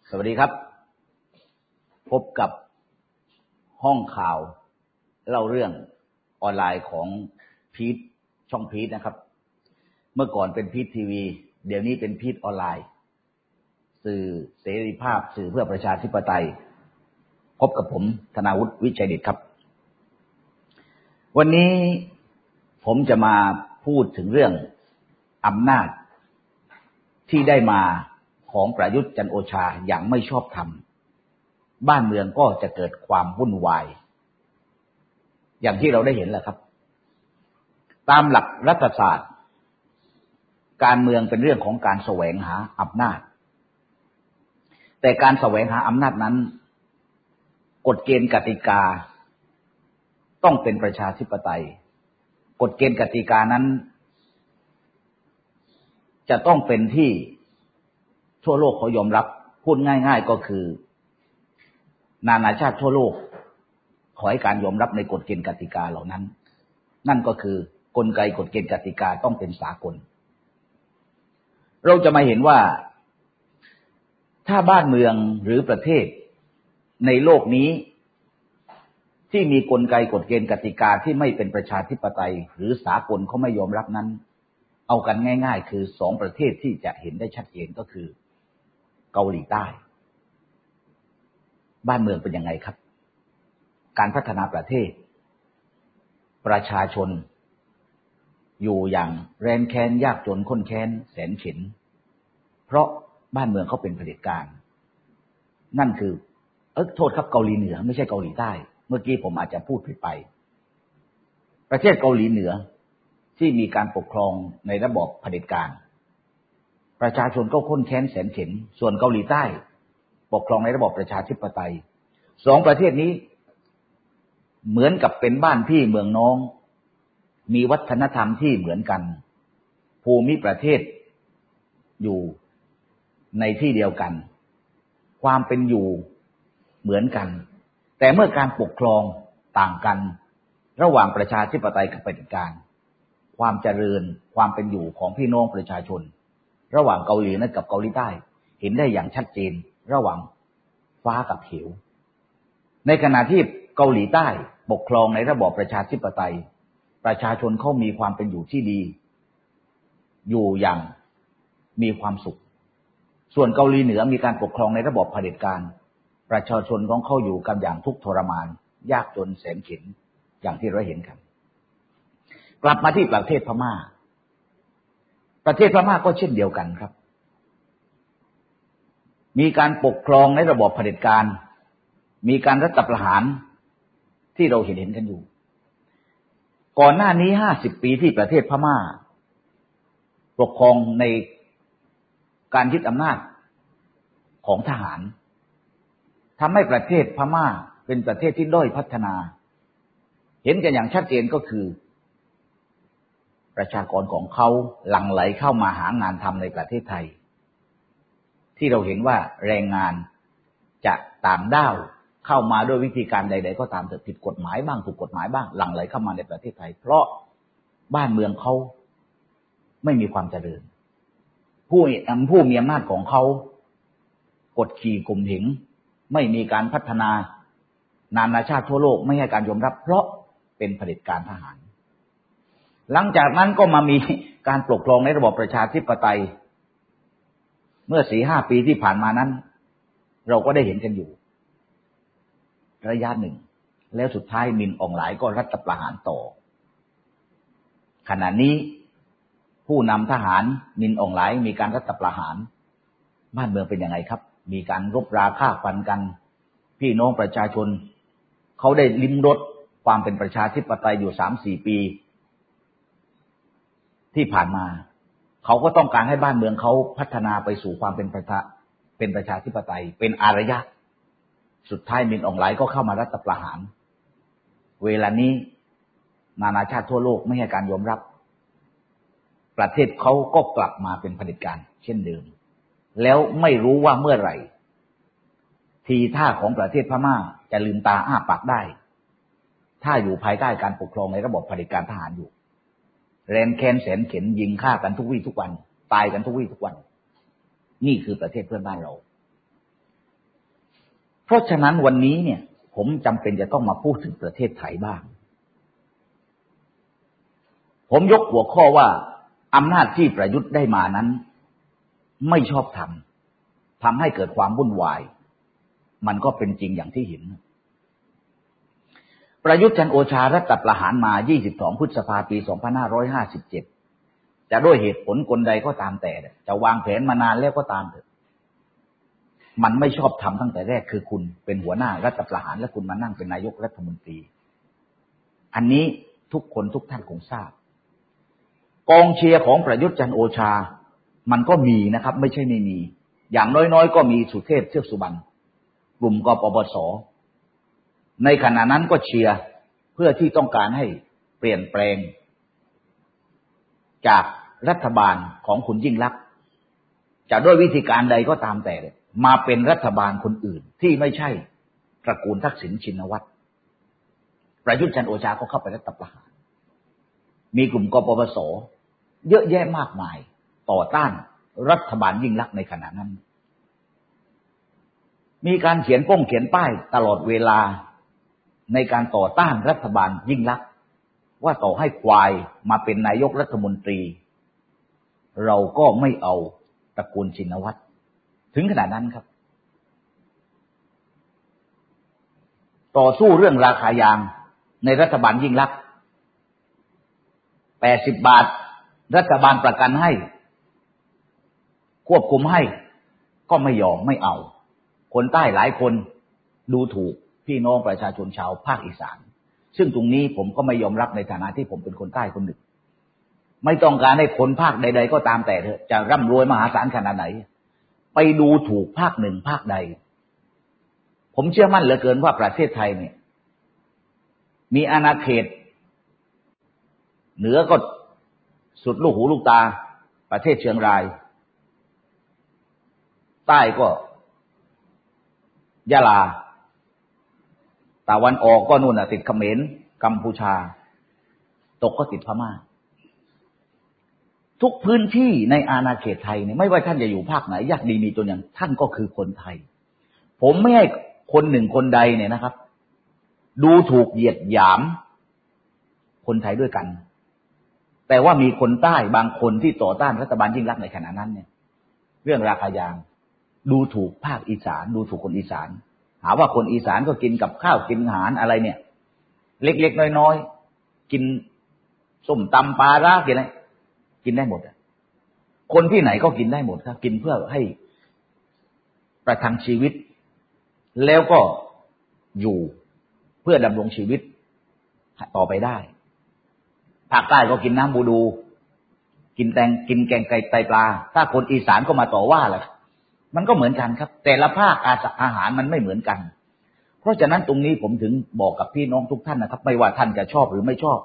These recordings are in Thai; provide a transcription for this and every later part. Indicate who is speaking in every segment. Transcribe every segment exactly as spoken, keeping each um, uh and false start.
Speaker 1: สวัสดีครับพบกับห้องข่าวเล่าเรื่องออนไลน์ของพีทช่องพีทนะครับเมื่อก่อนเป็นพีททีวีเดี๋ยวนี้เป็นพีทออนไลน์สื่อเสรีภาพสื่อเพื่อประชาธิปไตยพบกับผมธนาวุฒิวิชัยเดชครับวันนี้ผมจะมาพูดถึงเรื่องอำนาจที่ได้มาของประยุทธ์จันทร์โอชาอย่างไม่ชอบธรรมบ้านเมืองก็จะเกิดความวุ่นวายอย่างที่เราได้เห็นแหละครับตามหลักรัฐศาสตร์การเมืองเป็นเรื่องของการแสวงหาอำนาจแต่การแสวงหาอำนาจนั้นกฎเกณฑ์กติกาต้องเป็นประชาธิปไตยกฎเกณฑ์กติกานั้นจะต้องเป็นที่ทั่วโลกเขายอมรับพูดง่ายๆก็คือนานาชาติทั่วโลกขอให้การยอมรับในกฎเกณฑ์กติกาเหล่านั้นนั่นก็คือกลไกกฎเกณฑ์กติกาต้องเป็นสากลเราจะมาเห็นว่าถ้าบ้านเมืองหรือประเทศในโลกนี้ที่มีกลไกกฎเกณฑ์กติกาที่ไม่เป็นประชาธิปไตยหรือสากลเขาไม่ยอมรับนั้นเอากันง่ายๆคือสองประเทศที่จะเห็นได้ชัดเจนก็คือเกาหลีใต้บ้านเมืองเป็นยังไงครับการพัฒนาประเทศประชาชนอยู่อย่างแร้นแค้นยากจนข้นแค้นแสนเข็ญเพราะบ้านเมืองเขาเป็นเผด็จการนั่นคือเอ๊ะโทษครับเกาหลีเหนือไม่ใช่เกาหลีใต้เมื่อกี้ผมอาจจะพูดผิดไปประเทศเกาหลีเหนือที่มีการปกครองในระบอบเผด็จการประชาชนก็ข้นแค้นแสนเข็ญส่วนเกาหลีใต้ปกครองในระบอบประชาธิปไตยสองประเทศนี้เหมือนกับเป็นบ้านพี่เมืองน้องมีวัฒนธรรมที่เหมือนกันภูมิประเทศอยู่ในที่เดียวกันความเป็นอยู่เหมือนกันแต่เมื่อการปกครองต่างกันระหว่างประชาธิปไตยกับเผด็จการความเจริญความเป็นอยู่ของพี่น้องประชาชนระหว่างเกาหลีเหนือกับเกาหลีใต้เห็นได้อย่างชัดเจนระหว่างฟ้ากับเหวในขณะที่เกาหลีใต้ปกครองในระบอบประชาธิปไตยประชาชนเขามีความเป็นอยู่ที่ดีอยู่อย่างมีความสุขส่วนเกาหลีเหนือมีการปกครองในระบอบเผด็จการประชาชนของเขาอยู่กันอย่างทุกข์ทรมานยากจนแสนเข็ญอย่างที่เราเห็นกันกลับมาที่ประเทศพม่าประเทศพม่าก็เช่นเดียวกันครับมีการปกครองในระบอบเผด็จการมีการรัฐประหารที่เราเห็นเห็นกันอยู่ก่อนหน้านี้ห้าสิบปีที่ประเทศพม่าปกครองในการยึดอำนาจของทหารทำให้ประเทศพม่าเป็นประเทศที่ด้อยพัฒนาเห็นกันอย่างชัดเจนก็คือประชากรของเขาหลั่งไหลเข้ามาหางานทำในประเทศไทยที่เราเห็นว่าแรงงานจะต่างด้าวเข้ามาด้วยวิธีการใดๆก็ตามแต่ผิดกฎหมายบ้างถูกกฎหมายบ้างหลั่งไหลเข้ามาในประเทศไทยเพราะบ้านเมืองเขาไม่มีความเจริญผู้ผู้มีอำนาจของเขากดขี่ข่มเหงไม่มีการพัฒนานานาชาติทั่วโลกไม่ให้การยอมรับเพราะเป็นเผด็จการทหารหลังจากนั้นก็มามีการปกครองในระบอบประชาธิปไตยเมื่อ สี่ห้า ปีที่ผ่านมานั้นเราก็ได้เห็นกันอยู่ระยะหนึ่งแล้วสุดท้ายมินอองหลายก็รัฐประหารต่อขณะนี้ผู้นำทหารมินอองหลายมีการรัฐประหารบ้านเมืองเป็นยังไงครับมีการรบราฆ่าฟันกันพี่น้องประชาชนเขาได้ลิ้มรสความเป็นประชาธิปไตยอยู่ สามสี่ ปีที่ผ่านมาเขาก็ต้องการให้บ้านเมืองเขาพัฒนาไปสู่ความเป็นประชาเป็นประชาธิปไตยเป็นอารยะสุดท้ายมินอองหลายก็เข้ามารัฐประหารเวลานี้นานาชาติทั่วโลกไม่ให้การยอมรับประเทศเขาก็กลับมาเป็นเผด็จการเช่นเดิมแล้วไม่รู้ว่าเมื่อไหร่ทีท่าของประเทศพม่าจะลืมตาอ้าปากได้ถ้าอยู่ภายใต้การปกครองในระบบเผด็จการทหารอยู่แรนแค้นแสนเข็ญยิงฆ่ากันทุกวี่ทุกวันตายกันทุกวี่ทุกวันนี่คือประเทศเพื่อนบ้านเราเพราะฉะนั้นวันนี้เนี่ยผมจำเป็นจะต้องมาพูดถึงประเทศไทยบ้างผมยกหัวข้อว่าอำนาจที่ประยุทธ์ได้มานั้นไม่ชอบธรรมทำให้เกิดความวุ่นวายมันก็เป็นจริงอย่างที่เห็นประยุทธ์จันทร์โอชารัฐประหารมายี่สิบสองพฤษภาคมปีสองพันห้าร้อยห้าสิบเจ็ดจะด้วยเหตุผลกลใดก็ตามแต่จะวางแผนมานานแล้วก็ตามเถอะมันไม่ชอบธรรมตั้งแต่แรกคือคุณเป็นหัวหน้ารัฐประหารและคุณมานั่งเป็นนายกรัฐมนตรีอันนี้ทุกคนทุกท่านคงทราบกองเชียร์ของประยุทธ์จันทร์โอชามันก็มีนะครับไม่ใช่ไม่มีอย่างน้อยๆก็มีสุเทพเทือกสุบรรณกลุ่มกปปสในขณะนั้นก็เชียร์เพื่อที่ต้องการให้เปลี่ยนแปลงจากรัฐบาลของคุณยิ่งลักษณ์จะด้วยวิธีการใดก็ตามแต่มาเป็นรัฐบาลคนอื่นที่ไม่ใช่ตระกูลทักษิณชินวัตรประยุทธ์จันทร์โอชาก็เข้าไปรัฐประหารมีกลุ่มกปปสเยอะแยะมากมายต่อต้านรัฐบาลยิ่งลักษณ์ในขณะนั้นมีการเขียนป้งเขียนป้ายตลอดเวลาในการต่อต้านรัฐบาลยิ่งลักษณ์ว่าต่อให้ควายมาเป็นนายกรัฐมนตรีเราก็ไม่เอาตระกูลชินวัตรถึงขนาดนั้นครับต่อสู้เรื่องราคายางในรัฐบาลยิ่งลักษณ์แปดสิบบาทรัฐบาลประกันให้ควบคุมให้ก็ไม่ยอมไม่เอาคนใต้หลายคนดูถูกพี่น้องประชาชนชาวภาคอีสานซึ่งตรงนี้ผมก็ไม่ยอมรับในฐานะที่ผมเป็นคนใต้คนหนึ่งไม่ต้องการให้คนภาคใดๆก็ตามแต่เถอะจะร่ำรวยมหาศาลขนาดไหนไปดูถูกภาคหนึ่งภาคใดผมเชื่อมั่นเหลือเกินว่าประเทศไทยเนี่ยมีอาณาเขตเหนือก็สุดลูกหูลูกตาประเทศเชียงรายใต้ก็ยะลาตะวันออกก็นู่นน่ะติดเขมรกัมพูชาตกก็ติดพม่าทุกพื้นที่ในอาณาเขตไทยเนี่ยไม่ว่าท่านจะอยู่ภาคไหนยากดีมีจนอย่างท่านก็คือคนไทยผมไม่ให้คนหนึ่งคนใดเนี่ยนะครับดูถูกเหยียดหยามคนไทยด้วยกันแต่ว่ามีคนใต้บางคนที่ต่อต้านรัฐบาลยิ่งลักษณ์ในขณะนั้นเนี่ยเรื่องราคายางดูถูกภาคอีสานดูถูกคนอีสานหาว่าคนอีสานก็กินกับข้าวกินอาหารอะไรเนี่ยเล็กๆน้อยๆกินส้มตำปลาร้ากินอะไรกินได้หมดคนที่ไหนก็กินได้หมดครับกินเพื่อให้ประทังชีวิตแล้วก็อยู่เพื่อดำรงชีวิตต่อไปได้ภาคใต้ก็กินน้ำบูดูกินแตงกินแกงไก่ไตปลาถ้าคนอีสานก็มาต่อว่าแหละมันก็เหมือนกันครับแต่ละภาคอาหารมันไม่เหมือนกันเพราะฉะนั้นตรงนี้ผมถึงบอกกับพี่น้องทุกท่านนะครับไม่ว่าท่านจะชอบหรือไม่ชอบ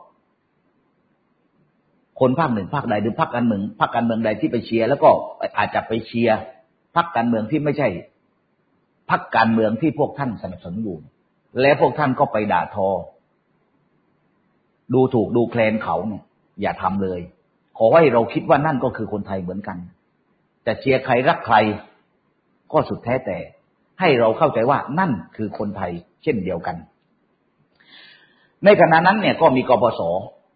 Speaker 1: คนภาคหนึ่งภาคใดหรือภาคการเมืองภาคการเมืองใดที่ไปเชียร์แล้วก็อาจจะไปเชียร์พรรคการเมืองที่ไม่ใช่พรรคการเมืองที่พวกท่านสนับสนุนอยู่แล้วพวกท่านก็ไปด่าทอดูถูกดูแคลนเขาเนี่ยอย่าทำเลยขอให้เราคิดว่านั่นก็คือคนไทยเหมือนกันแต่เชียร์ใครรักใครก็สุดแท้แต่ให้เราเข้าใจว่านั่นคือคนไทยเช่นเดียวกันในขณะนั้นเนี่ยก็มีกปปส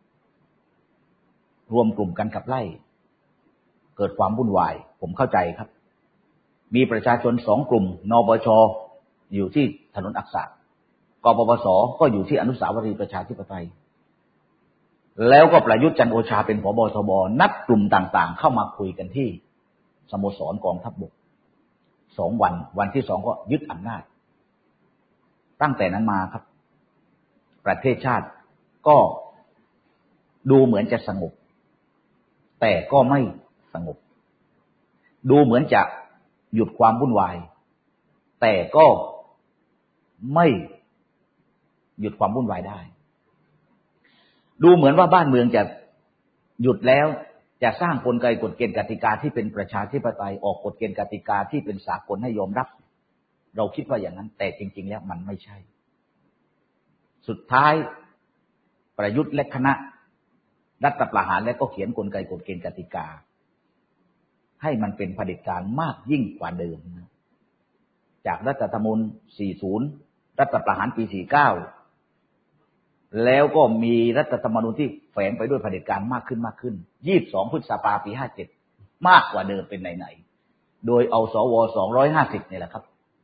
Speaker 1: รวมกลุ่มกันขับไล่เกิดความวุ่นวายผมเข้าใจครับมีประชาชนสองกลุ่มนปชอยู่ที่ถนนอักษะกปปสก็อยู่ที่อนุสาวรีย์ประชาธิปไตยแล้วก็ประยุทธ์จันทร์โอชาเป็นผบ.ทบ.นัดกลุ่มต่างๆเข้ามาคุยกันที่สโมสรกองทัพบกสองวันวันที่สองก็ยึดอำนาจตั้งแต่นั้นมาครับประเทศชาติก็ดูเหมือนจะสงบแต่ก็ไม่สงบดูเหมือนจะหยุดความวุ่นวายแต่ก็ไม่หยุดความวุ่นวายได้ดูเหมือนว่าบ้านเมืองจะหยุดแล้วจะสร้างกลไกกฎเกณฑ์กติกาที่เป็นประชาธิปไตยออกกฎเกณฑ์กติกาที่เป็นสากลให้ยอมรับเราคิดว่าอย่างนั้นแต่จริงๆแล้วมันไม่ใช่สุดท้ายประยุทธ์และคณะรัฐประหารและก็เขียนกลไกกฎเกณฑ์กติกาให้มันเป็นเผด็จการมากยิ่งกว่าเดิมจากรัฐธรรมนูญสี่สิบรัฐประหารปีสี่สิบเก้าแล้วก็มีรัฐธรรมนูญที่แฝงไปด้วยเผด็จการมากขึ้นมากขึ้นยี่สิบสองพฤษภาคมปีห้าสิบเจ็ดมากกว่าเดิมเป็นไหนๆโดยเอาสวสองร้อยห้าสิบนี่แหละครับ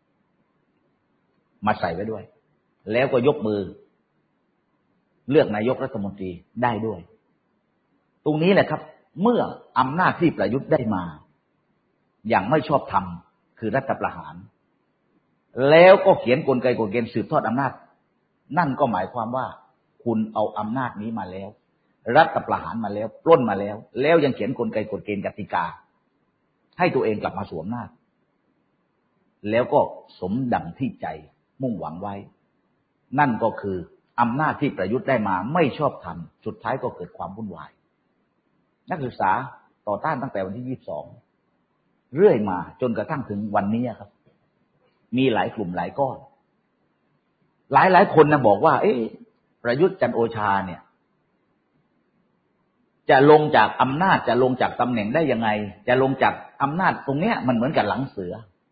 Speaker 1: มาใส่ไว้ด้วยแล้วก็ยกมือเลือกนายกรัฐมนตรีได้ด้วยตรงนี้แหละครับเมื่ออำนาจที่ประยุทธ์ได้มาอย่างไม่ชอบธรรมคือรัฐประหารแล้วก็เขียนกลไกกฎเกณฑ์สืบทอดอำนาจนั่นก็หมายความว่าคุณเอาอำนาจนี้มาแล้วรัฐประหารมาแล้วปล้นมาแล้วแล้วยังเขียนกลไกกฎเกณฑ์กติกาให้ตัวเองกลับมาสวมอำนาจแล้วก็สมดังที่ใจมุ่งหวังไว้นั่นก็คืออำนาจที่ประยุทธ์ได้มาไม่ชอบธรรมสุดท้ายก็เกิดความวุ่นวายนักศึกษาต่อต้านตั้งแต่วันที่ยี่สิบสองเรื่อยมาจนกระทั่งถึงวันนี้ครับมีหลายกลุ่มหลายก้อนหลายหลายคนนะบอกว่าเอ๊ะประยุทธ์จันทร์โอชาเนี่ยจะลงจากอำนาจจะลงจากตำแหน่งได้ยังไงจะลงจากอำนาจตรงเนี้ยมันเหมือนกับหลังเสือ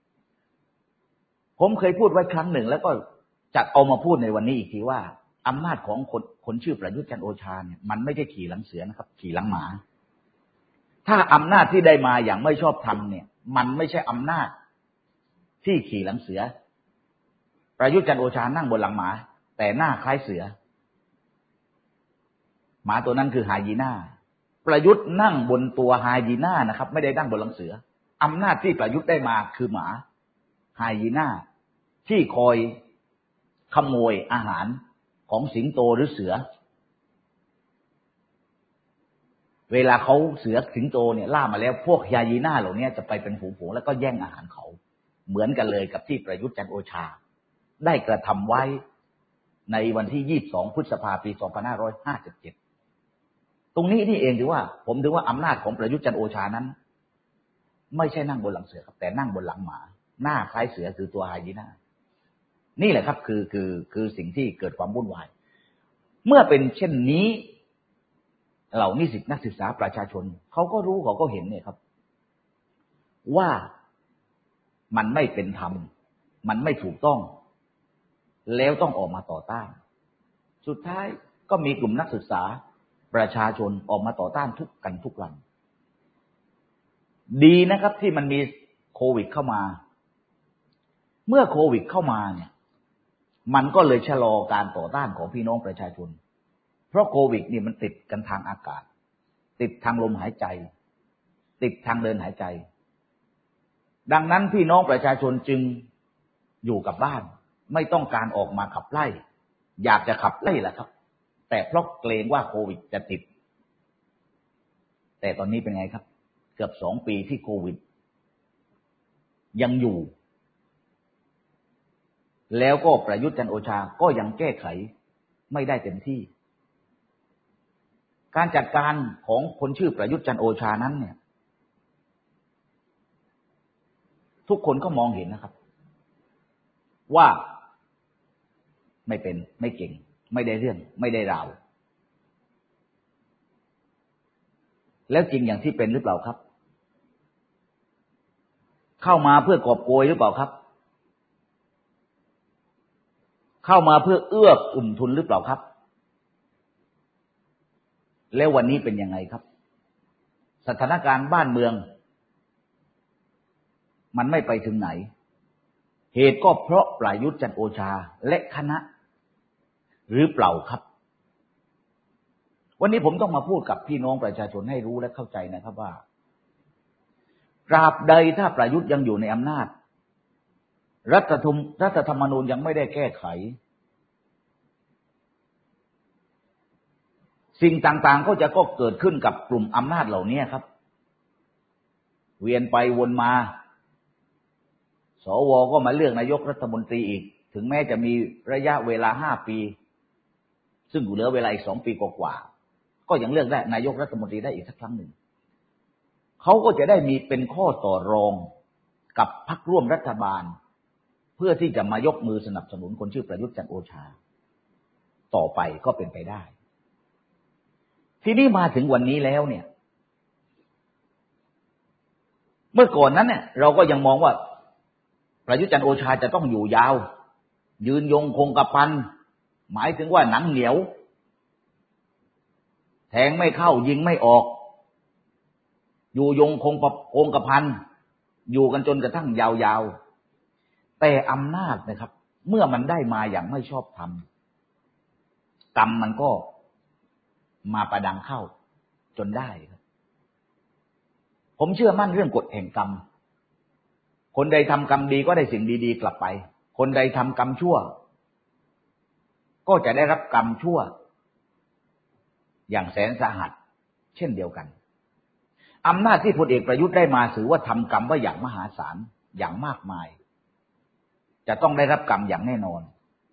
Speaker 1: ผมเคยพูดไว้ครั้งหนึ่งแล้วก็จะเอามาพูดในวันนี้อีกทีว่าอำนาจของคนคนชื่อประยุทธ์จันทร์โอชาเนี่ยมันไม่ใช่ขี่หลังเสือนะครับขี่หลังหมาถ้าอำนาจที่ได้มาอย่างไม่ชอบธรรมเนี่ยมันไม่ใช่อำนาจที่ขี่หลังเสือประยุทธ์จันทร์โอชานั่งบนหลังหมาแต่หน้าคล้ายเสือหมาตัวนั้นคือไฮยีน่าประยุทธ์นั่งบนตัวไฮยีน่านะครับไม่ได้นั่งบนหลังเสืออำนาจที่ประยุทธ์ได้มาคือหมาไฮยีน่าที่คอยขโมยอาหารของสิงโตหรือเสือเวลาเขาเสือสิงโตเนี่ยล่ามาแล้วพวกไฮยีน่าเหล่านี้จะไปเป็นฝูงๆแล้วก็แย่งอาหารเขาเหมือนกันเลยกับที่ประยุทธ์จันทร์โอชาได้กระทำไว้ในวันที่ยี่สิบสองพฤษภาคมปีสองพันห้าร้อยห้าสิบเจ็ดตรงนี้นี่เองถือว่าผมถือว่าอำนาจของประยุทธ์จันทร์โอชานั้นไม่ใช่นั่งบนหลังเสือครับแต่นั่งบนหลังหมาหน้าคล้ายเสือคือตัวไฮยีน่านี่แหละครับคือคือคือสิ่งที่เกิดความวุ่นวายเมื่อเป็นเช่นนี้เหล่านิสิตนักศึกษาประชาชนเขาก็รู้เขาก็เห็นเนี่ยครับว่ามันไม่เป็นธรรมมันไม่ถูกต้องแล้วต้องออกมาต่อต้านสุดท้ายก็มีกลุ่มนักศึกษาประชาชนออกมาต่อต้านทุกกันทุกวันดีนะครับที่มันมีโควิดเข้ามาเมื่อโควิดเข้ามาเนี่ยมันก็เลยชะลอการต่อต้านของพี่น้องประชาชนเพราะโควิดนี่มันติดกันทางอากาศติดทางลมหายใจติดทางเดินหายใจดังนั้นพี่น้องประชาชนจึงอยู่กับบ้านไม่ต้องการออกมาขับไล่อยากจะขับไล่แหละครับแต่เพราะเกรงว่าโควิดจะติดแต่ตอนนี้เป็นไงครับเกือบสองปีที่โควิดยังอยู่แล้วก็ประยุทธ์จันทร์โอชาก็ยังแก้ไขไม่ได้เต็มที่การจัดการของคนชื่อประยุทธ์จันทร์โอชานั้นเนี่ยทุกคนก็มองเห็นนะครับว่าไม่เป็นไม่เก่งไม่ได้เรื่องไม่ได้ราวแล้วจริงอย่างที่เป็นหรือเปล่าครับเข้ามาเพื่อกอบโกยหรือเปล่าครับเข้ามาเพื่อเอื้อกลุ่มทุนหรือเปล่าครับแล้ววันนี้เป็นยังไงครับสถานการณ์บ้านเมืองมันไม่ไปถึงไหนเหตุก็เพราะประยุทธ์จันทร์โอชาและคณะหรือเปล่าครับวันนี้ผมต้องมาพูดกับพี่น้องประชาชนให้รู้และเข้าใจนะครับว่าตราบใดถ้าประยุทธ์ยังอยู่ในอำนาจรัฐธรรมรัฐธรรมนูญยังไม่ได้แก้ไขสิ่งต่างๆก็จะก็เกิดขึ้นกับกลุ่มอำนาจเหล่านี้ครับเวียนไปวนมาสวก็มาเลือกนายกรัฐมนตรีอีกถึงแม้จะมีระยะเวลาห้าปีซึ่งเหลือเวลาอีกสองปีกว่าๆก็ยังเลือกได้นายกรัฐมนตรีได้อีกสักครั้งหนึ่งเขาก็จะได้มีเป็นข้อต่อรองกับพรรคร่วมรัฐบาลเพื่อที่จะมายกมือสนับสนุนคนชื่อประยุทธ์จันทร์โอชาต่อไปก็เป็นไปได้ทีนี้มาถึงวันนี้แล้วเนี่ยเมื่อก่อนนั้นเนี่ยเราก็ยังมองว่าประยุทธ์จันทร์โอชาจะต้องอยู่ยาวยืนยงคงกระพันหมายถึงว่าหนังเหนียวแทงไม่เข้ายิงไม่ออกอยู่ยงคงคงกระพันอยู่กันจนกระทั่งยาวๆแต่อำนาจนะครับเมื่อมันได้มาอย่างไม่ชอบธรรมกรรมมันก็มาประดังเข้าจนได้ครับผมเชื่อมั่นเรื่องกฎแห่งกรรมคนใดทำกรรมดีก็ได้สิ่งดีๆกลับไปคนใดทำกรรมชั่วก็จะได้รับกรรมชั่วอย่างแสนสาหัสเช่นเดียวกันอำนาจที่พลเอกประยุทธ์ได้มาถือว่าทำกรรมไว้อย่างมหาศาลอย่างมากมายจะต้องได้รับกรรมอย่างแน่นอน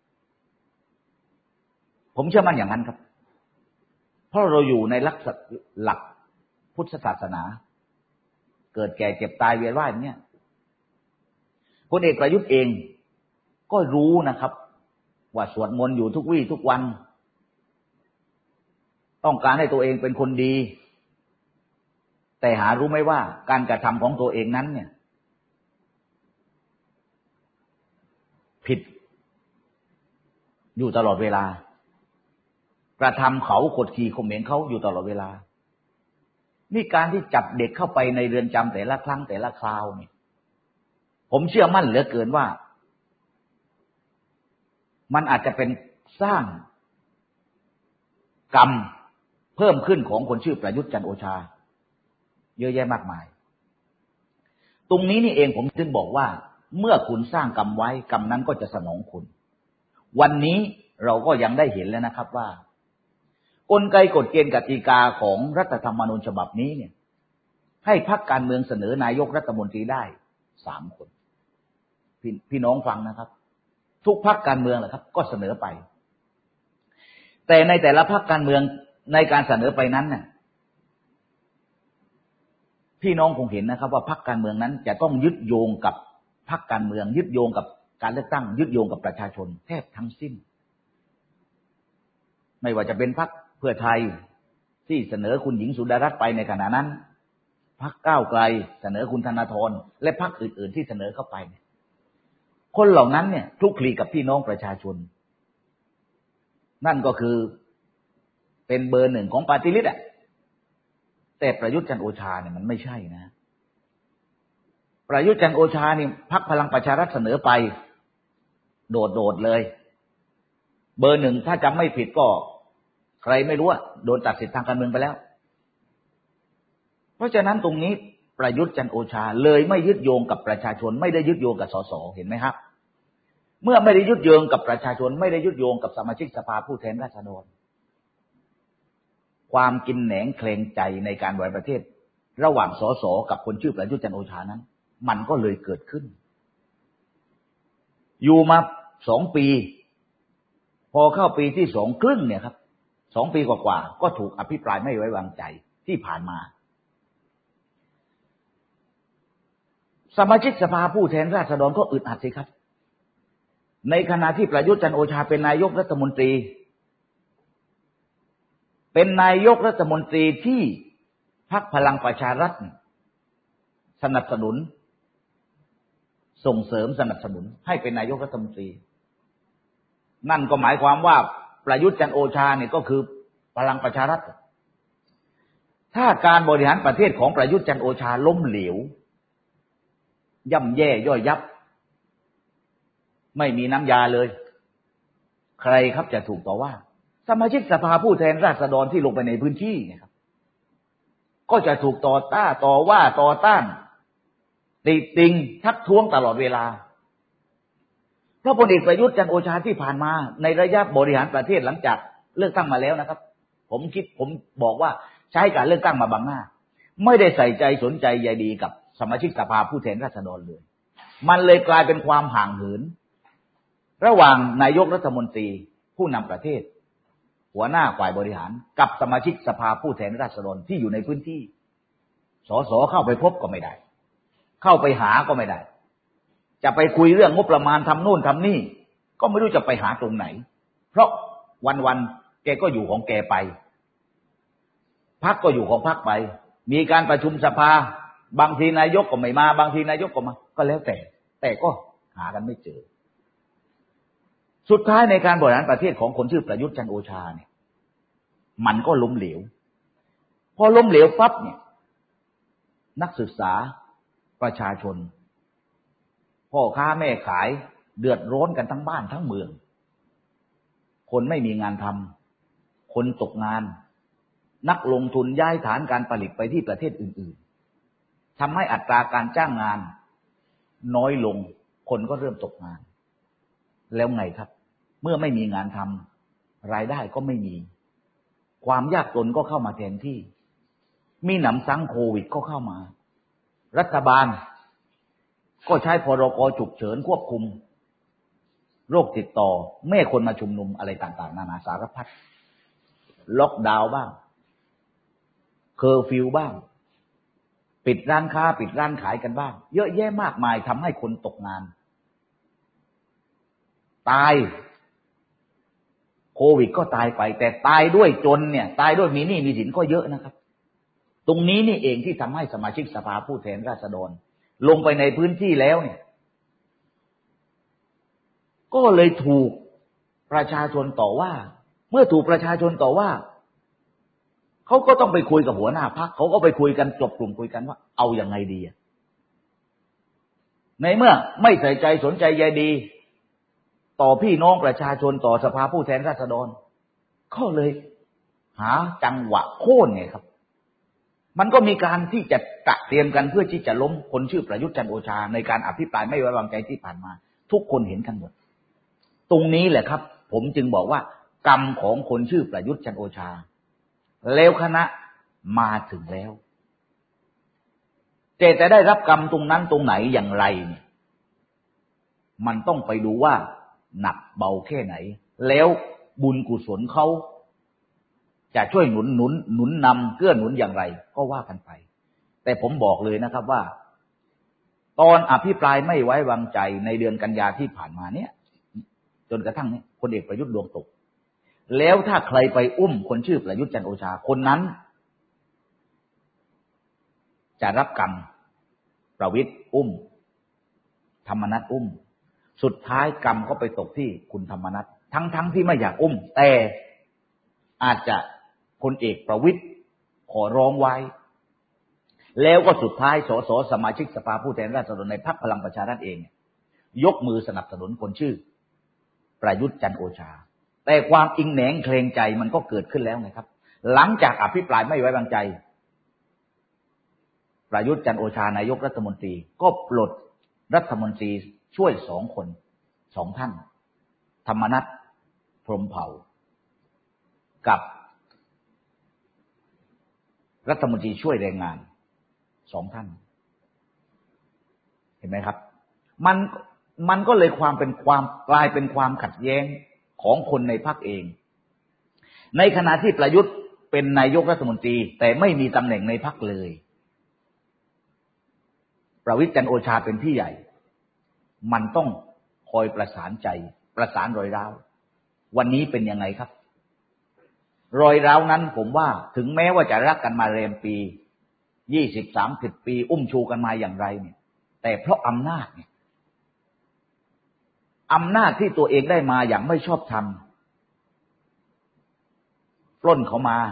Speaker 1: ผมเชื่อมั่นอย่างนั้นครับเพราะเราอยู่ในหลักหลักพุทธศาสนาเกิดแก่เจ็บตายเวียนว่ายอย่างเนี้ยพลเอกประยุทธ์เองก็รู้นะครับว่าสวดมนต์อยู่ทุกวี่ทุกวันต้องการให้ตัวเองเป็นคนดีแต่หารู้ไหมว่าการกระทำของตัวเองนั้นเนี่ยผิดอยู่ตลอดเวลากระทำเขากดขี่ข่มเหงเขาอยู่ตลอดเวลานี่การที่จับเด็กเข้าไปในเรือนจำแต่ละครั้งแต่ละคราวเนี่ยผมเชื่อมั่นเหลือเกินว่ามันอาจจะเป็นสร้างกรรมเพิ่มขึ้นของคนชื่อประยุทธ์จันทร์โอชาเยอะแยะมากมายตรงนี้นี่เองผมถึงบอกว่าเมื่อคุณสร้างกรรมไว้กรรมนั้นก็จะสนองคุณวันนี้เราก็ยังได้เห็นแล้วนะครับว่ากลไกกฎเกณฑ์กติกาของรัฐธรรมนูญฉบับนี้เนี่ยให้พรรคการเมืองเสนอนายกรัฐมนตรีได้สามคนพ พ, พี่น้องฟังนะครับทุกพรรคการเมืองแหละครับก็เสนอไปแต่ในแต่ละพรรคการเมืองในการเสนอไปนั้นน่ะพี่น้องคงเห็นนะครับว่าพรรคการเมืองนั้นจะต้องยึดโยงกับพรรคการเมืองยึดโยงกับการเลือกตั้งยึดโยงกับประชาชนแทบทั้งสิ้นไม่ว่าจะเป็นพรรคเพื่อไทยที่เสนอคุณหญิงสุดารัตน์ไปในขณะนั้นพรรคก้าวไกลเสนอคุณธนาธรและพรรคอื่นๆที่เสนอเข้าไปคนเหล่านั้นเนี่ยคลุกคลีกับพี่น้องประชาชนนั่นก็คือเป็นเบอร์หนึ่งของปาร์ตี้ลิสต์อ่ะแต่ประยุทธ์จันทร์โอชาเนี่ยมันไม่ใช่นะประยุทธ์จันทร์โอชานี่พรรคพลังประชารัฐเสนอไปโดดๆเลยเบอร์หนึ่งถ้าจำไม่ผิดก็ใครไม่รู้อ่ะโดนตัดสิทธิทางการเมืองไปแล้วเพราะฉะนั้นตรงนี้ประยุทธ์จันทร์โอชาเลยไม่ยึดโยงกับประชาชนไม่ได้ยึดโยงกับสสเห็นไหมครับเมื่อไม่ได้ยึดโยงกับประชาชนไม่ได้ยึดโยงกับสมาชิกสภาผู้แทนราษฎรความกินแหนงเคลงใจในการบริหารประเทศระหว่างสสกับคนชื่อประยุทธ์จันทร์โอชานั้นมันก็เลยเกิดขึ้นอยู่มาสองปีพอเข้าปีที่สองครึ่งเนี่ยครับสองปีกว่าๆก็ถูกอภิปรายไม่ไว้วางใจที่ผ่านมาสมาชิกสภาผู้แทนราษฎรก็อึดอัดสิครับในขณะที่ประยุทธ์จันทร์โอชาเป็นนายกรัฐมนตรีเป็นนายกรัฐมนตรีที่พรรคพลังประชารัฐสนับสนุนส่งเสริมสนับสนุนให้เป็นนายกรัฐมนตรีนั่นก็หมายความว่าประยุทธ์จันทร์โอชาเนี่ยก็คือพลังประชารัฐถ้าการบริหารประเทศของประยุทธ์จันทร์โอชาล้มเหลวย่ำแย่ย่อยยับไม่มีน้ำยาเลยใครครับจะถูกต่อว่าสมาชิกสภาผู้แทนราษฎรที่ลงไปในพื้นที่นะครับก็จะถูกต่อต้านต่อว่าต่อต้านติติงทักท้วงตลอดเวลาเพราะพลเอกประยุทธ์จันทร์โอชาที่ผ่านมาในระยะบริหารประเทศหลังจากเลือกตั้งมาแล้วนะครับผมคิดผมบอกว่าใช้การเลือกตั้งมาบังหน้าไม่ได้ใส่ใจสนใจใยดีกับสมาชิกสภาผู้แทนราษฎรเลยมันเลยกลายเป็นความห่างเหินระหว่างนายกรัฐมนตรีผู้นำประเทศหัวหน้าฝ่ายบริหารกับสมาชิกสภาผู้แทนราษฎรที่อยู่ในพื้นที่สสเข้าไปพบก็ไม่ได้เข้าไปหาก็ไม่ได้จะไปคุยเรื่องงบประมาณทำนู่นทำนี่ก็ไม่รู้จะไปหาตรงไหนเพราะวันๆแกก็อยู่ของแกไปพรรคก็อยู่ของพรรคไปมีการประชุมสภาบางทีนายกก็ไม่มาบางทีนายกก็มาก็แล้วแต่แต่ก็หากันไม่เจอสุดท้ายในการบริหารประเทศของคนชื่อประยุทธ์จันทร์โอชาเนี่ยมันก็ล้มเหลวพอล้มเหลวปั๊บเนี่ยนักศึกษาประชาชนพ่อค้าแม่ขายเดือดร้อนกันทั้งบ้านทั้งเมืองคนไม่มีงานทำคนตกงานนักลงทุนย้ายฐานการผลิตไปที่ประเทศอื่นๆทำให้อัตราการจ้างงานน้อยลงคนก็เริ่มตกงานแล้วไงครับเมื่อไม่มีงานทำรายได้ก็ไม่มีความยากจนก็เข้ามาแทนที่มีหนำซ้ำโควิดก็เข้ามารัฐบาลก็ใช้พรกฉุกเฉินควบคุมโรคติดต่อไม่ให้คนมาชุมนุมอะไรต่างๆนานาสารพัดล็อกดาวน์บ้างเคอร์ฟิวบ้างปิดร้านค้าปิดร้านขายกันบ้างเยอะแยะมากมายทำให้คนตกงานตายโควิดก็ตายไปแต่ตายด้วยจนเนี่ยตายด้วยมีหนี้มีสินก็เยอะนะครับตรงนี้นี่เองที่ทำให้สมาชิกสภาผู้แทนราษฎรลงไปในพื้นที่แล้วเนี่ยก็เลยถูกประชาชนต่อว่าเมื่อถูกประชาชนต่อว่าเขาก็ต้องไปคุยกับหัวหน้าพรรคเขาก็ไปคุยกันจบกลุ่มคุยกันว่าเอาอย่างไงดีในเมื่อไม่ใส่ใจสนใจใยดีต่อพี่น้องประชาชนต่อสภาผู้แทนราษฎรก็เลยหาจังหวะโค่นไงครับมันก็มีการที่จะตระเตรียมกันเพื่อที่จะล้มคนชื่อประยุทธ์จันทร์โอชาในการอภิปรายไม่ไว้วางใจที่ผ่านมาทุกคนเห็นกันหมดตรงนี้แหละครับผมจึงบอกว่ากรรมของคนชื่อประยุทธ์จันทร์โอชาแล้วคณะมาถึงแล้วแต่จะได้รับกรรมตรงนั้นตรงไหนอย่างไรเนี่ยมันต้องไปดูว่าหนักเบาแค่ไหนแล้วบุญกุศลเขาจะช่วยหนุนหนุนหนุนนำเกื้อหนุนอย่างไรก็ว่ากันไปแต่ผมบอกเลยนะครับว่าตอนอภิปรายไม่ไว้วางใจในเดือนกันยาที่ผ่านมาเนี่ยจนกระทั่งเนี่ยพลเอกประยุทธ์ดวงตกแล้วถ้าใครไปอุ้มคนชื่อประยุทธ์จันทร์โอชาคนนั้นจะรับกรรมประวิตรอุ้มธรรมนัสอุ้มสุดท้ายกรรมก็ไปตกที่คุณธรรมนัสทั้งๆ ท, ที่ไม่อยากอุ้มแต่อาจจะพลเอกประวิตรขอร้องไว้แล้วก็สุดท้ายสสสมาชิกสภาผู้แทนราษฎรในพรรคพลังประชารัฐเองยกมือสนับสนุนคนชื่อประยุทธ์จันทร์โอชาแต่ความอิงแหนงเกรงใจมันก็เกิดขึ้นแล้วนะครับหลังจากอภิปรายไม่ไว้วางใจประยุทธ์จันทร์โอชานายกรัฐมนตรีก็ปลดรัฐมนตรีช่วยสองคนสองท่านธรรมนัสพรหมเผ่ากับรัฐมนตรีช่วยแรงงานสองท่านเห็นไหมครับมันมันก็เลยความเป็นความกลายเป็นความขัดแย้งของคนในพรรคเองในขณะที่ประยุทธ์เป็นนายกรัฐมนตรีแต่ไม่มีตำแหน่งในพรรคเลยประวิตรจันทร์โอชาเป็นพี่ใหญ่มันต้องคอยประสานใจประสานรอยร้าววันนี้เป็นยังไงครับรอยร้าวนั้นผมว่าถึงแม้ว่าจะรักกันมาเรมปียี่สิบ สามสิบปีอุ้มชูกันมาอย่างไรเนี่ยแต่เพราะอำนาจเนี่ยอำนาจที่ตัวเองได้มาอย่างไม่ชอบธรรมปล้นเขามา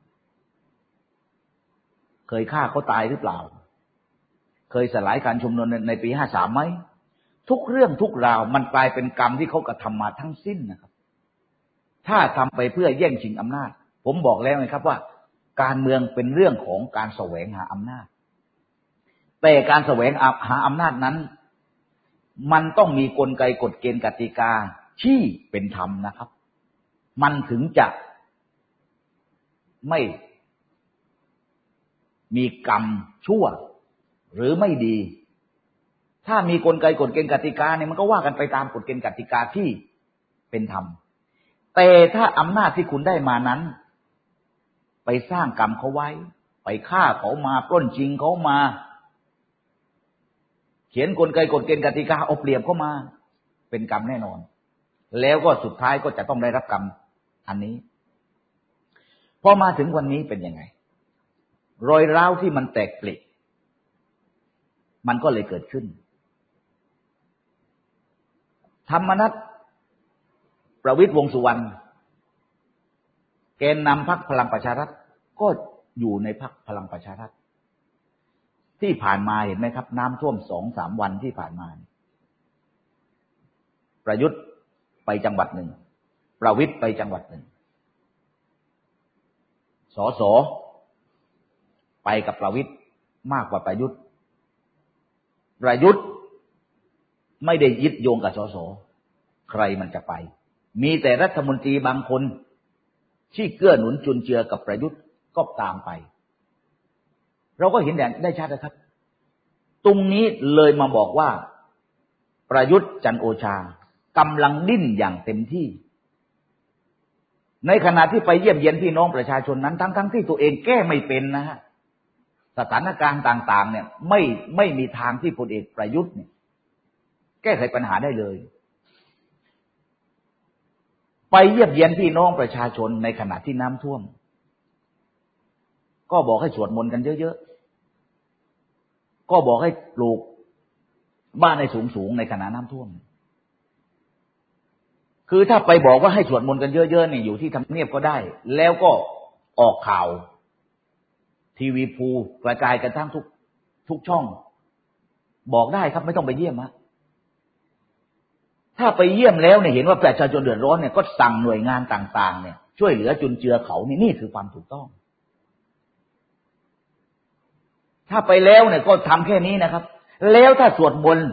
Speaker 1: เคยฆ่าเขาตายหรือเปล่าเคยสลายการชุมนุมในปีห้าสิบสามไหมทุกเรื่องทุกราวมันกลายเป็นกรรมที่เขากระทำมาทั้งสิ้นนะครับถ้าทำไปเพื่อแย่งชิงอำนาจผมบอกแล้วไงครับว่าการเมืองเป็นเรื่องของการแสวงหาอำนาจแต่การแสวงหาอำนาจนั้นมันต้องมีกลไกกฎเกณฑ์กติกาที่เป็นธรรมนะครับมันถึงจะไม่มีกรรมชั่วหรือไม่ดีถ้ามีกลไกกฎเกณฑ์กติกาเนี่ยมันก็ว่ากันไปตามกฎเกณฑ์กติกาที่เป็นธรรมแต่ถ้าอำนาจที่คุณได้มานั้นไปสร้างกรรมเขาไว้ไปฆ่าเขามาปล้นชิงเขามาเขียนกลไกกฎเกณฑ์กติกาเอาเปรียบเข้ามาเป็นกรรมแน่นอนแล้วก็สุดท้ายก็จะต้องได้รับกรรมอันนี้พอมาถึงวันนี้เป็นยังไงรอยร้าวที่มันแตกปลิมันก็เลยเกิดขึ้นธรรมนัสประวิตรวงษ์สุวรรณแกนนำพรรคพลังประชารัฐก็อยู่ในพรรคพลังประชารัฐที่ผ่านมาเห็นไหมครับน้ำท่วมสองสามวันที่ผ่านมาประยุทธ์ไปจังหวัดหนึ่งประวิตรไปจังหวัดหนึ่งสสไปกับประวิตรมากกว่าประยุทธ์ประยุทธ์ไม่ได้ยึดโยงกับสสใครมันจะไปมีแต่รัฐมนตรีบางคนที่เกื้อหนุนจุนเจือกับประยุทธ์ก็ตามไปเราก็เห็นได้ชัดนะครับตรงนี้เลยมาบอกว่าประยุทธ์จันทร์โอชากำลังดิ้นอย่างเต็มที่ในขณะที่ไปเยี่ยมเยียนพี่น้องประชาชนนั้นทั้งๆ ท, ที่ตัวเองแก้ไม่เป็นนะฮะสถานการณ์ต่างๆเนี่ยไม่ไม่มีทางที่พลเอกประยุทธ์เนี่ยแก้ไขปัญหาได้เลยไปเยี่ยมเยียนพี่น้องประชาชนในขณะที่น้ำท่วมก็บอกให้สวดมนต์กันเยอะๆก็บอกให้ปลูกบ้านให้สูงๆในขณะน้ำท่วมคือถ้าไปบอกว่าให้สวดมนต์กันเยอะๆเนี่ยอยู่ที่ทำเนียบก็ได้แล้วก็ออกข่าวทีวีภูกระจายกันทั้งทุกทุกช่องบอกได้ครับไม่ต้องไปเยี่ยมฮะถ้าไปเยี่ยมแล้วเนี่ยเห็นว่าประชาชนเดือดร้อนเนี่ยก็สั่งหน่วยงานต่างๆเนี่ยช่วยเหลือจุนเจือเขานี่นี่คือความถูกต้องถ้าไปแล้วเนี่ยก็ทำแค่นี้นะครับแล้วถ้าสวดมนต์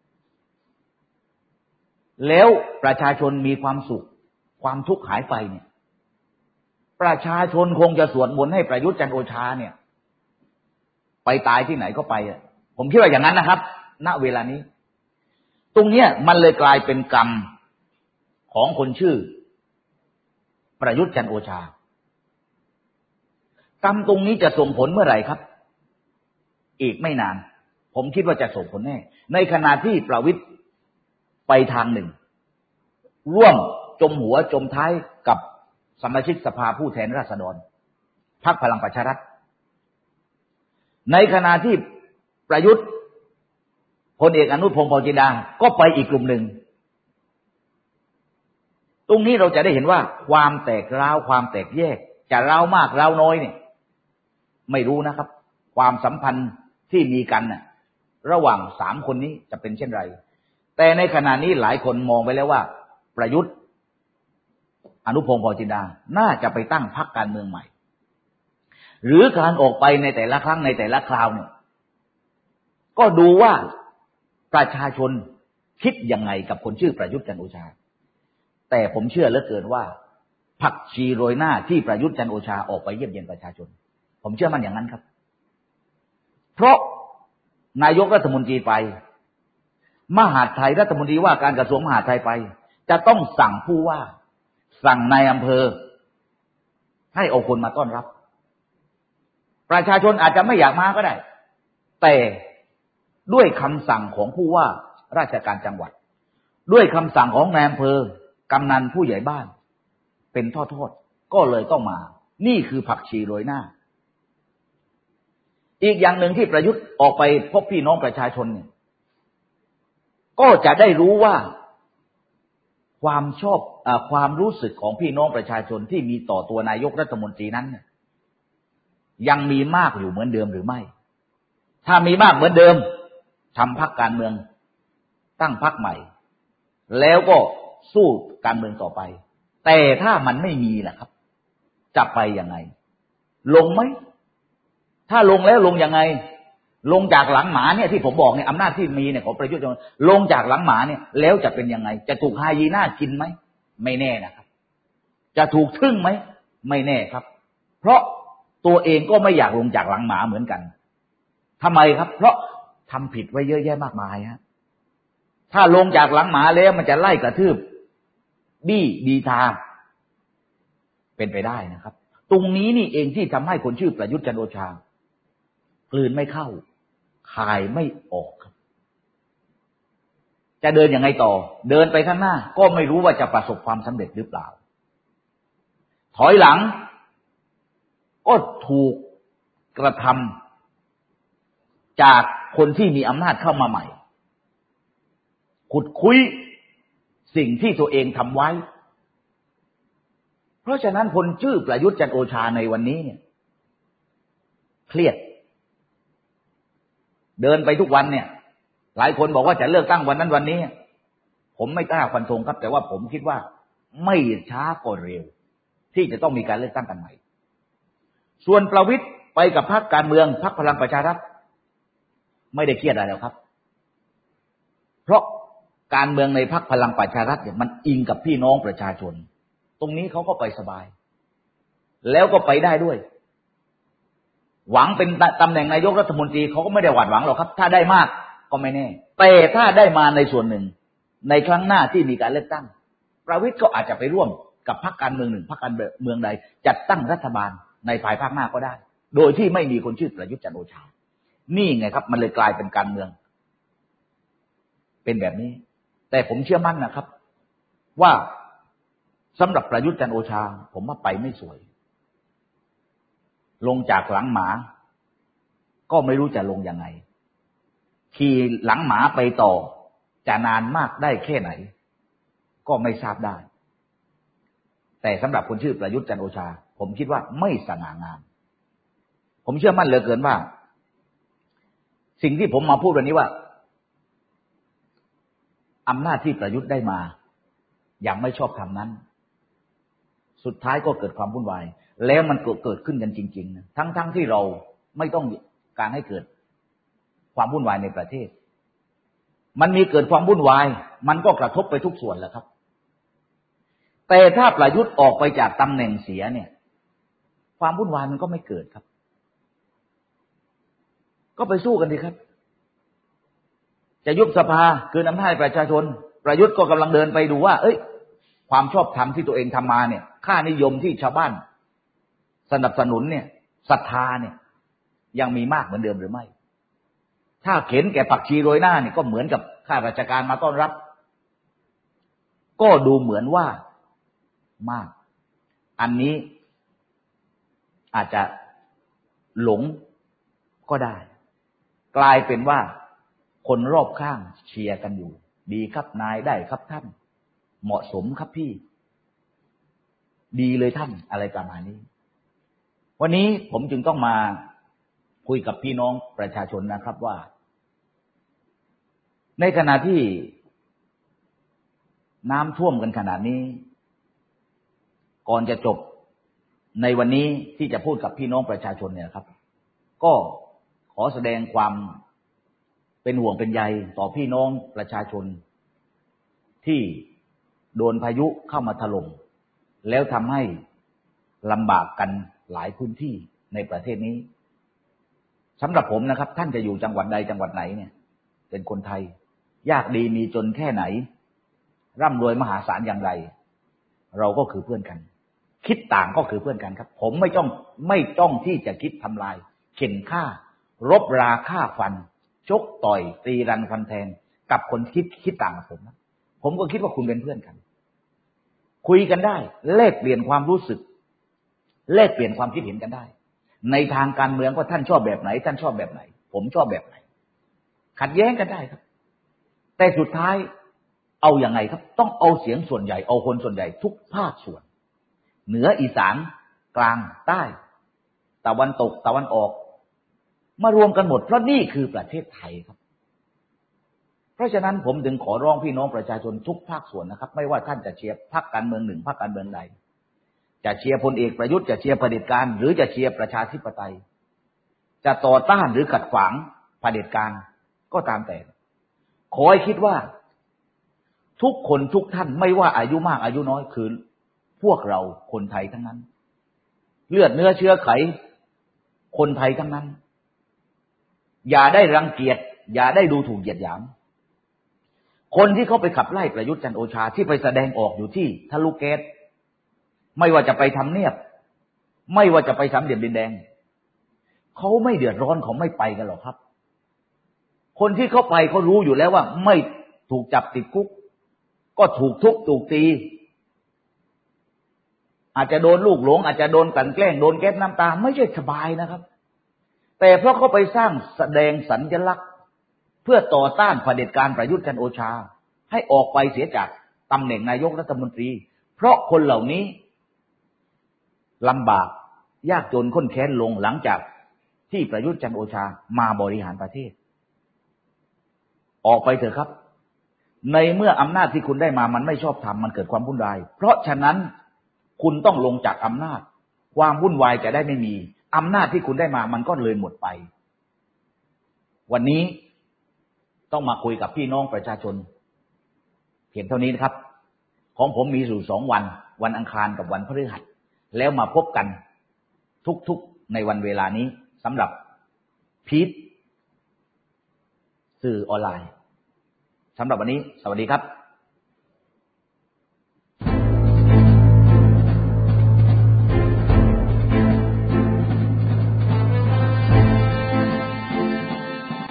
Speaker 1: แล้วประชาชนมีความสุขความทุกข์หายไปเนี่ยประชาชนคงจะสวดมนต์ให้ประยุทธ์จันทร์โอชาเนี่ยไปตายที่ไหนก็ไปอ่ะผมคิดว่าอย่างนั้นนะครับณเวลานี้ตรงเนี้ยมันเลยกลายเป็นกรรมของคนชื่อประยุทธ์จันทร์โอชากรรมตรงนี้จะส่งผลเมื่อไหร่ครับอีกไม่นานผมคิดว่าจะส่งผลแน่ในขณะที่ประวิตรไปทางหนึ่งร่วมจมหัวจมท้ายกับสมาชิกสภาผู้แทนราษฎรพรรคพลังประชารัฐในขณะที่ประยุทธ์พลเอกอนุพงศ์เผ่าจินดาก็ไปอีกกลุ่มหนึ่งตรงนี้เราจะได้เห็นว่าความแตกร้าวความแตกแยกจะร้าวมากร้าวน้อยเนี่ยไม่รู้นะครับความสัมพันธ์ที่มีกันน่ะระหว่างสามคนนี้จะเป็นเช่นไรแต่ในขณะนี้หลายคนมองไปแล้วว่าประยุทธ์อนุพงศ์เผ่าจินดาน่าจะไปตั้งพรรคการเมืองใหม่หรือการออกไปในแต่ละครั้งในแต่ละคราวเนี่ยก็ดูว่าประชาชนคิดยังไงกับคนชื่อประยุทธ์จันทร์โอชาแต่ผมเชื่อเหลือเกินว่าผักชีโรยหน้าที่ประยุทธ์จันทร์โอชาออกไปเยี่ยมเยียนประชาชนผมเชื่อมันอย่างนั้นครับเพราะนายกรัฐมนตรีไปมหาดไทยรัฐมนตรีว่าการกระทรวงมหาดไทยไปจะต้องสั่งผู้ว่าสั่งนายอำเภอให้เอาคนมาต้อนรับประชาชนอาจจะไม่อยากมาก็ได้แต่ด้วยคำสั่งของผู้ว่าราชการจังหวัดด้วยคำสั่งของนายอำเภอกำนันผู้ใหญ่บ้านเป็นทอดๆก็เลยต้องมานี่คือผักชีโรยหน้าอีกอย่างหนึ่งที่ประยุทธ์ออกไปพบพี่น้องประชาชนเนี่ยก็จะได้รู้ว่าความชอบอ่าความรู้สึกของพี่น้องประชาชนที่มีต่อตัวนายกรัฐมนตรีนั้นยังมีมากอยู่เหมือนเดิมหรือไม่ถ้ามีมากเหมือนเดิมทำพรรคการเมืองตั้งพรรคใหม่แล้วก็สู้การเมืองต่อไปแต่ถ้ามันไม่มีล่ะครับจะไปยังไงลงไหมถ้าลงแล้วลงยังไงลงจากหลังหมาเนี่ยที่ผมบอกเนี่ยอำนาจที่มีเนี่ยของประยุทธ์ลงจากหลังหมาเนี่ยแล้วจะเป็นยังไงจะถูกไฮยีน่ากินไหมไม่แน่นะครับจะถูกทึ่งไหมไม่แน่ครับเพราะตัวเองก็ไม่อยากลงจากหลังหมาเหมือนกันทำไมครับเพราะทำผิดไว้เยอะแยะมากมายฮะถ้าลงจากหลังหมาแล้วมันจะไล่กระทืบบี้ดีทาเป็นไปได้นะครับตรงนี้นี่เองที่ทำให้คนชื่อประยุทธ์จันทร์โอชากลืนไม่เข้าคายไม่ออกครับจะเดินยังไงต่อเดินไปข้างหน้าก็ไม่รู้ว่าจะประสบความสำเร็จหรือเปล่าถอยหลังก็ถูกกระทำจากคนที่มีอำนาจเข้ามาใหม่ขุดคุยสิ่งที่ตัวเองทำไว้เพราะฉะนั้นคนชื่อประยุทธ์จันทร์โอชาในวันนี้เนี่ยเครียดเดินไปทุกวันเนี่ยหลายคนบอกว่าจะเลือกตั้งวันนั้นวันนี้ผมไม่กล้าฟันธงครับแต่ว่าผมคิดว่าไม่ช้าก็เร็วที่จะต้องมีการเลือกตั้งกันใหม่ส่วนประวิตรไปกับพรรคการเมืองพรรคพลังประชารัฐไม่ได้เครียดอะไรแล้วครับเพราะการเมืองในพรรคพลังประชารัฐเนี่ยมันอิงกับพี่น้องประชาชนตรงนี้เขาก็ไปสบายแล้วก็ไปได้ด้วยหวังเป็นตำแหน่งนายกรัฐมนตรีเขาก็ไม่ได้หวาดหวังหรอกครับถ้าได้มากก็ไม่แน่แต่ถ้าได้มาในส่วนหนึ่งในครั้งหน้าที่มีการเลือกตั้งประวิตรก็อาจจะไปร่วมกับพรรคการเมืองหนึ่งพรรคการเมืองใดจัดตั้งรัฐบาลในภายภาคหน้าก็ได้โดยที่ไม่มีคนชื่อประยุทธ์จันทร์โอชานี่ไงครับมันเลยกลายเป็นการเมืองเป็นแบบนี้แต่ผมเชื่อมั่นนะครับว่าสำหรับประยุทธ์จันทร์โอชาผมว่าไปไม่สวยลงจากหลังหมาก็ไม่รู้จะลงยังไงขี่หลังหมาไปต่อจะนานมากได้แค่ไหนก็ไม่ทราบได้แต่สำหรับคนชื่อประยุทธ์จันทร์โอชาผมคิดว่าไม่สง่างามผมเชื่อมั่นเหลือเกินว่าสิ่งที่ผมมาพูดวันนี้ว่าอำนาจที่ประยุทธ์ได้มาอย่างไม่ชอบธรรมนั้นสุดท้ายก็เกิดความวุ่นวายแล้วมันเกิดขึ้นกันจริงๆนะทั้งๆ ท, ที่เราไม่ต้องการให้เกิดความวุ่นวายในประเทศมันมีเกิดความวุ่นวายมันก็กระทบไปทุกส่วนแหละครับแต่ถ้าประยุทธ์ออกไปจากตำแหน่งเสียเนี่ยความวุ่นวายมันก็ไม่เกิดครับก็ไปสู้กันดีครับจะยุบสภาคืนอำนาจให้ประชาชนประยุทธ์ก็กำลังเดินไปดูว่าเอ้ยความชอบธรรมที่ตัวเองทำมาเนี่ยค่านิยมที่ชาวบ้านสนับสนุนเนี่ยศรัทธาเนี่ยยังมีมากเหมือนเดิมหรือไม่ถ้าเข็นแก่ผักชีโรยหน้าเนี่ยก็เหมือนกับข้าราชการมาต้อนรับก็ดูเหมือนว่ามากอันนี้อาจจะหลงก็ได้กลายเป็นว่าคนรอบข้างเชียร์กันอยู่ดีครับนายได้ครับท่านเหมาะสมครับพี่ดีเลยท่านอะไรประมาณนี้วันนี้ผมจึงต้องมาคุยกับพี่น้องประชาชนนะครับว่าในขณะที่น้ำท่วมกันขนาดนี้ก่อนจะจบในวันนี้ที่จะพูดกับพี่น้องประชาชนเนี่ยครับก็ขอแสดงความเป็นห่วงเป็นใยต่อพี่น้องประชาชนที่โดนพายุเข้ามาถล่มแล้วทำให้ลำบากกันหลายพื้นที่ในประเทศนี้สำหรับผมนะครับท่านจะอยู่จังหวัดใดจังหวัดไหนเนี่ยเป็นคนไทยยากดีมีจนแค่ไหนร่ำรวยมหาศาลอย่างไรเราก็คือเพื่อนกันคิดต่างก็คือเพื่อนกันครับผมไม่ต้องไม่ต้องที่จะคิดทำลายเข็นฆ่ารบราฆ่าฟันชกต่อยตีรันฟันแทงกับคนคิดคิดต่างกับผมนะผมก็คิดว่าคุณเป็นเพื่อนกันคุยกันได้แลกเปลี่ยนความรู้สึกแลกเปลี่ยนความคิดเห็นกันได้ในทางการเมืองว่าท่านชอบแบบไหนท่านชอบแบบไหนผมชอบแบบไหนขัดแย้งกันได้ครับแต่สุดท้ายเอาอย่างไงครับต้องเอาเสียงส่วนใหญ่เอาคนส่วนใหญ่ทุกภาคส่วนเหนืออีสานกลางใต้ตะวันตกตะวันออกมารวมกันหมดเพราะนี่คือประเทศไทยครับเพราะฉะนั้นผมถึงขอร้องพี่น้องประชาชนทุกภาคส่วนนะครับไม่ว่าท่านจะเชียร์พรรคการเมืองหนึ่งพรรคการเมืองใดจะเชียร์พลเอกประยุทธ์จะเชียร์เผด็จการหรือจะเชียร์ประชาธิปไตยจะต่อต้านหรือขัดขวางเผด็จการก็ตามแต่ขอให้คิดว่าทุกคนทุกท่านไม่ว่าอายุมากอายุน้อยคือพวกเราคนไทยทั้งนั้นเลือดเนื้อเชื้อไขคนไทยทั้งนั้นอย่าได้รังเกียจอย่าได้ดูถูกเหยียดหยามคนที่เขาไปขับไล่ประยุทธ์จันทร์โอชาที่ไปแสดงออกอยู่ที่ทะลุแก๊สไม่ว่าจะไปทำเนียบไม่ว่าจะไปสามเหลี่ยมดินแดงเขาไม่เดือดร้อนเขาไม่ไปกันหรอกครับคนที่เขาไปเขารู้อยู่แล้วว่าไม่ถูกจับติดคุกก็ถูกทุบถูกตีอาจจะโดนลูกหลงอาจจะโดนกลั่นแกล้งโดนแก๊สน้ำตาไม่ใช่สบายนะครับแต่เพราะเขาไปสร้างแสดงสัญลักษณ์เพื่อต่อต้านเผด็จการประยุทธ์จันทร์โอชาให้ออกไปเสียจากตำแหน่งนายกรัฐมนตรีเพราะคนเหล่านี้ลำบากยากจนข้นแค้นลงหลังจากที่ประยุทธ์จันทร์โอชามาบริหารประเทศออกไปเถอะครับในเมื่ออำนาจที่คุณได้มามันไม่ชอบธรรมมันเกิดความวุ่นวายเพราะฉะนั้นคุณต้องลงจากอำนาจความวุ่นวายจะได้ไม่มีอำนาจที่คุณได้มามันก็เลยหมดไปวันนี้ต้องมาคุยกับพี่น้องประชาชนเพียงเท่านี้นะครับของผมมีอยู่สองวันวันอังคารกับวันพฤหัสแล้วมาพบกันทุกๆในวันเวลานี้สำหรับพีทสื่อออนไลน์สำหรับวันนี้สวัสดีครับ